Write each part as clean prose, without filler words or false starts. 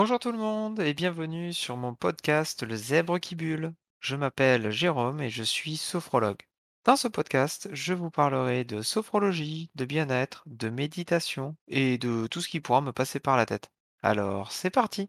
Bonjour tout le monde et bienvenue sur mon podcast Le Zèbre qui bulle. Je m'appelle Jérôme et je suis sophrologue. Dans ce podcast, je vous parlerai de sophrologie, de bien-être, de méditation et de tout ce qui pourra me passer par la tête. Alors, c'est parti!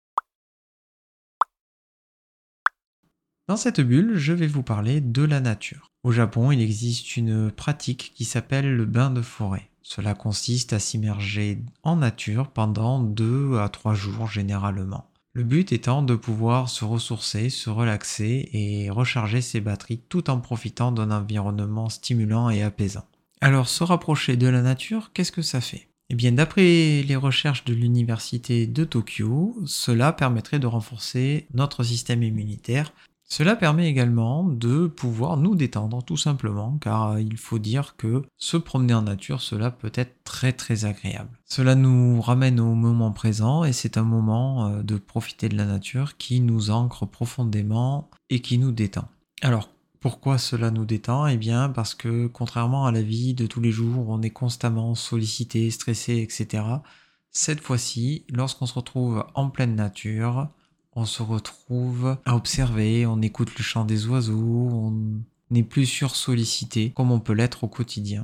Dans cette bulle, je vais vous parler de la nature. Au Japon, il existe une pratique qui s'appelle le bain de forêt. Cela consiste à s'immerger en nature pendant 2 à 3 jours généralement. Le but étant de pouvoir se ressourcer, se relaxer et recharger ses batteries tout en profitant d'un environnement stimulant et apaisant. Alors, se rapprocher de la nature, qu'est-ce que ça fait? Eh bien, d'après les recherches de l'université de Tokyo, cela permettrait de renforcer notre système immunitaire. Cela permet également de pouvoir nous détendre tout simplement, car il faut dire que se promener en nature, cela peut être très très agréable. Cela nous ramène au moment présent et c'est un moment de profiter de la nature qui nous ancre profondément et qui nous détend. Alors, pourquoi cela nous détend? Eh bien parce que contrairement à la vie de tous les jours, on est constamment sollicité, stressé, etc. Cette fois-ci, lorsqu'on se retrouve en pleine nature, on se retrouve à observer, on écoute le chant des oiseaux, on n'est plus sursollicité comme on peut l'être au quotidien.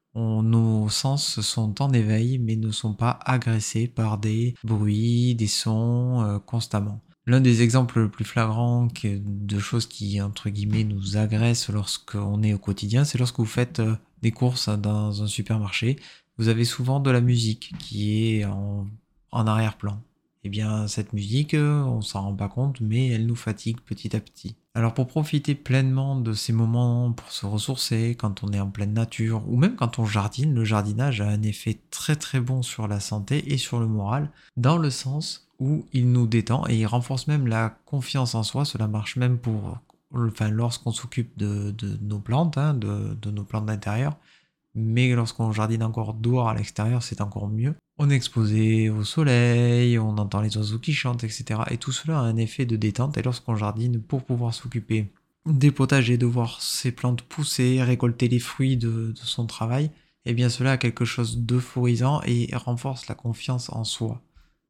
Nos sens sont en éveil mais ne sont pas agressés par des bruits, des sons constamment. L'un des exemples le plus flagrants de choses qui, entre guillemets, nous agressent lorsqu'on est au quotidien, c'est lorsque vous faites des courses dans un supermarché. Vous avez souvent de la musique qui est en arrière-plan. Eh bien, cette musique, on s'en rend pas compte, mais elle nous fatigue petit à petit. Alors, pour profiter pleinement de ces moments, pour se ressourcer, quand on est en pleine nature, ou même quand on jardine, le jardinage a un effet très très bon sur la santé et sur le moral, dans le sens où il nous détend et il renforce même la confiance en soi. Cela marche même lorsqu'on s'occupe de nos plantes, hein, de nos plantes d'intérieur. Mais lorsqu'on jardine encore dehors à l'extérieur, c'est encore mieux. On est exposé au soleil, on entend les oiseaux qui chantent, etc. Et tout cela a un effet de détente. Et lorsqu'on jardine, pour pouvoir s'occuper des potagers, de voir ses plantes pousser, récolter les fruits de son travail, eh bien cela a quelque chose d'euphorisant et renforce la confiance en soi.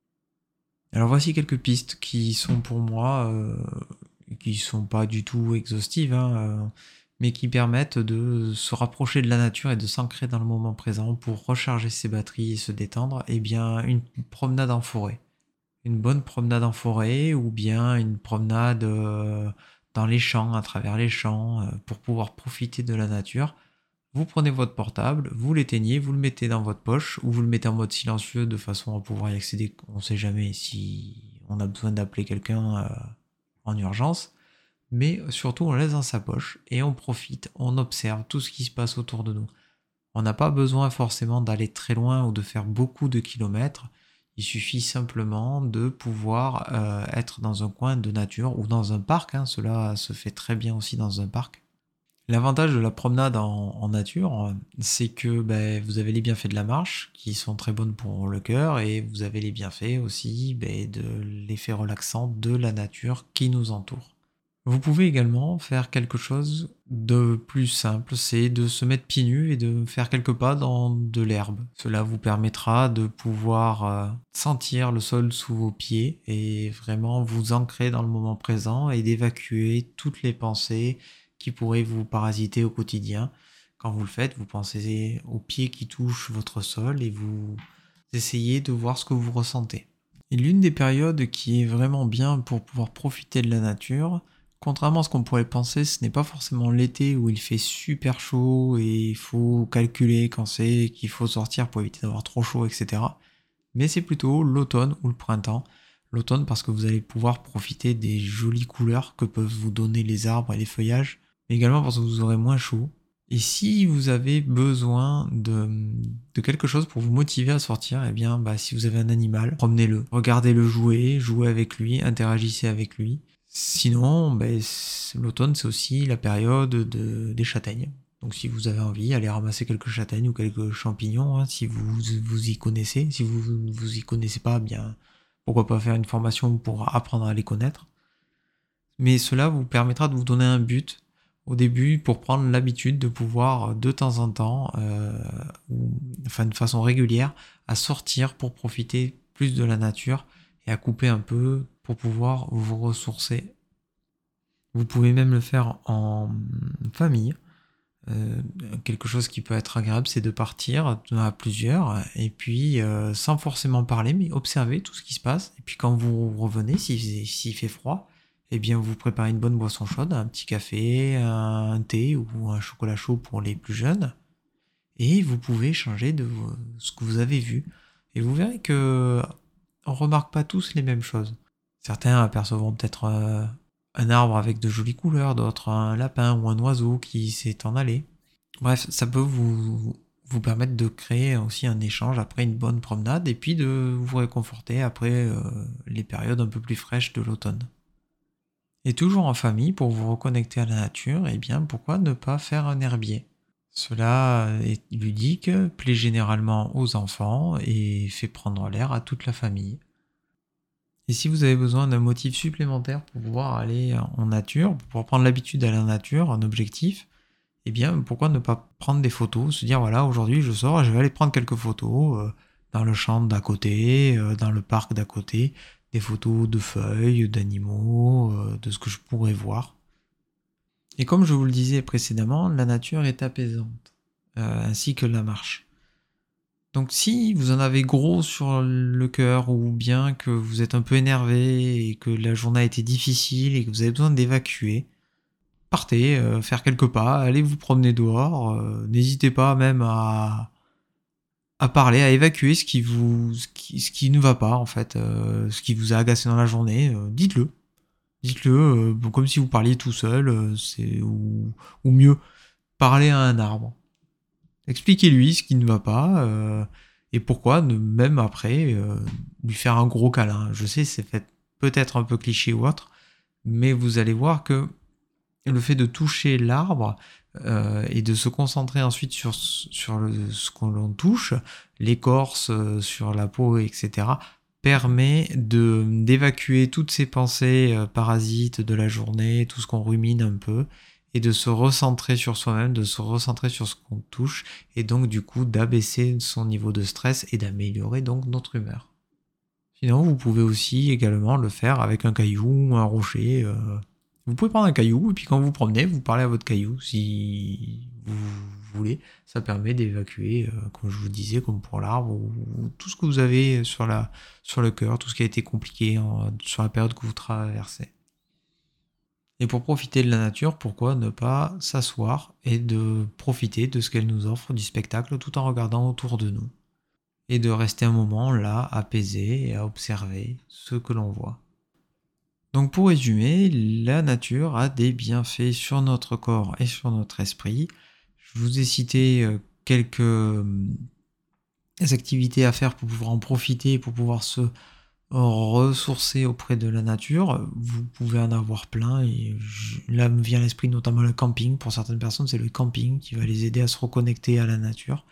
Alors voici quelques pistes qui sont pour moi, qui sont pas du tout exhaustives, hein, mais qui permettent de se rapprocher de la nature et de s'ancrer dans le moment présent pour recharger ses batteries et se détendre. Eh bien, une promenade en forêt. Une bonne promenade en forêt ou bien une promenade dans les champs, à travers les champs, pour pouvoir profiter de la nature. Vous prenez votre portable, vous l'éteignez, vous le mettez dans votre poche ou vous le mettez en mode silencieux de façon à pouvoir y accéder. On ne sait jamais si on a besoin d'appeler quelqu'un en urgence. Mais surtout, on le laisse dans sa poche et on profite, on observe tout ce qui se passe autour de nous. On n'a pas besoin forcément d'aller très loin ou de faire beaucoup de kilomètres. Il suffit simplement de pouvoir être dans un coin de nature ou dans un parc, hein. Cela se fait très bien aussi dans un parc. L'avantage de la promenade en nature, c'est que vous avez les bienfaits de la marche, qui sont très bonnes pour le cœur, et vous avez les bienfaits aussi de l'effet relaxant de la nature qui nous entoure. Vous pouvez également faire quelque chose de plus simple, c'est de se mettre pieds nus et de faire quelques pas dans de l'herbe. Cela vous permettra de pouvoir sentir le sol sous vos pieds et vraiment vous ancrer dans le moment présent et d'évacuer toutes les pensées qui pourraient vous parasiter au quotidien. Quand vous le faites, vous pensez aux pieds qui touchent votre sol et vous essayez de voir ce que vous ressentez. Et l'une des périodes qui est vraiment bien pour pouvoir profiter de la nature, contrairement à ce qu'on pourrait penser, ce n'est pas forcément l'été où il fait super chaud et il faut calculer quand c'est qu'il faut sortir pour éviter d'avoir trop chaud, etc. Mais c'est plutôt l'automne ou le printemps. L'automne parce que vous allez pouvoir profiter des jolies couleurs que peuvent vous donner les arbres et les feuillages, mais également parce que vous aurez moins chaud. Et si vous avez besoin de quelque chose pour vous motiver à sortir, eh bien, si vous avez un animal, promenez-le, regardez-le jouer, jouez avec lui, interagissez avec lui. Sinon, l'automne, c'est aussi la période des châtaignes. Donc si vous avez envie, allez ramasser quelques châtaignes ou quelques champignons, hein, si vous y connaissez. Si vous ne vous y connaissez pas, bien pourquoi pas faire une formation pour apprendre à les connaître. Mais cela vous permettra de vous donner un but au début pour prendre l'habitude de pouvoir de temps en temps, de façon régulière, à sortir pour profiter plus de la nature et à couper un peu pour pouvoir vous ressourcer. Vous pouvez même le faire en famille. Quelque chose qui peut être agréable, c'est de partir à plusieurs et puis sans forcément parler, mais observer tout ce qui se passe. Et puis quand vous revenez, s'il fait froid, eh bien vous préparez une bonne boisson chaude, un petit café, un thé ou un chocolat chaud pour les plus jeunes, et vous pouvce que vous avez vu. Et vous verrez que on remarque pas tous les mêmes choses. Certains apercevront peut-être un arbre avec de jolies couleurs, d'autres un lapin ou un oiseau qui s'est en allé. Bref, ça peut vous permettre de créer aussi un échange après une bonne promenade et puis de vous réconforter après les périodes un peu plus fraîches de l'automne. Et toujours en famille, pour vous reconnecter à la nature, eh bien pourquoi ne pas faire un herbier? Cela est ludique, plaît généralement aux enfants et fait prendre l'air à toute la famille. Et si vous avez besoin d'un motif supplémentaire pour pouvoir aller en nature, pour pouvoir prendre l'habitude d'aller en nature, un objectif, eh bien pourquoi ne pas prendre des photos, se dire voilà, aujourd'hui je sors, je vais aller prendre quelques photos dans le champ d'à côté, dans le parc d'à côté, des photos de feuilles, d'animaux, de ce que je pourrais voir. Et comme je vous le disais précédemment, la nature est apaisante, ainsi que la marche. Donc si vous en avez gros sur le cœur ou bien que vous êtes un peu énervé et que la journée a été difficile et que vous avez besoin d'évacuer, partez, faire quelques pas, allez vous promener dehors, n'hésitez pas même à parler, à évacuer ce qui ne va pas en fait, ce qui vous a agacé dans la journée, dites-le. Dites-le comme si vous parliez tout seul, ou mieux, parlez à un arbre. Expliquez-lui ce qui ne va pas et pourquoi, même après, lui faire un gros câlin. Je sais, c'est peut-être un peu cliché ou autre, mais vous allez voir que le fait de toucher l'arbre et de se concentrer ensuite sur ce que l'on touche, l'écorce, sur la peau, etc., permet d'évacuer toutes ces pensées parasites de la journée, tout ce qu'on rumine un peu, et de se recentrer sur soi-même, de se recentrer sur ce qu'on touche, et donc du coup d'abaisser son niveau de stress et d'améliorer donc notre humeur. Sinon, vous pouvez aussi également le faire avec un caillou ou un rocher. Vous pouvez prendre un caillou et puis quand vous promenez, vous parlez à votre caillou si vous voulez. Ça permet d'évacuer, comme je vous disais, comme pour l'arbre, ou tout ce que vous avez sur le cœur, tout ce qui a été compliqué sur la période que vous traversez. Et pour profiter de la nature, pourquoi ne pas s'asseoir et de profiter de ce qu'elle nous offre du spectacle tout en regardant autour de nous. Et de rester un moment là, apaisé et à observer ce que l'on voit. Donc pour résumer, la nature a des bienfaits sur notre corps et sur notre esprit. Je vous ai cité quelques activités à faire pour pouvoir en profiter, pour pouvoir se ressourcer auprès de la nature. Vous pouvez en avoir plein et là me vient à l'esprit notamment le camping. Pour certaines personnes, c'est le camping qui va les aider à se reconnecter à la nature.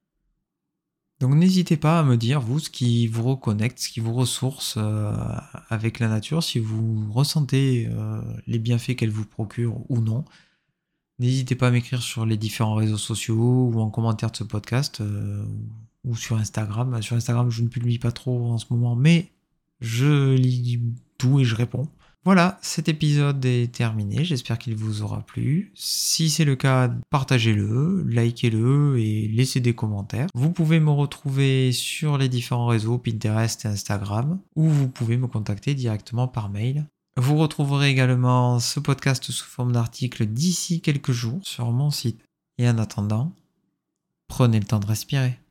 Donc n'hésitez pas à me dire, vous, ce qui vous reconnecte, ce qui vous ressource avec la nature, si vous ressentez les bienfaits qu'elle vous procure ou non. N'hésitez pas à m'écrire sur les différents réseaux sociaux ou en commentaire de ce podcast ou sur Instagram. Sur Instagram, je ne publie pas trop en ce moment, mais je lis tout et je réponds. Voilà, cet épisode est terminé, j'espère qu'il vous aura plu. Si c'est le cas, partagez-le, likez-le et laissez des commentaires. Vous pouvez me retrouver sur les différents réseaux Pinterest et Instagram, ou vous pouvez me contacter directement par mail. Vous retrouverez également ce podcast sous forme d'article d'ici quelques jours sur mon site. Et en attendant, prenez le temps de respirer.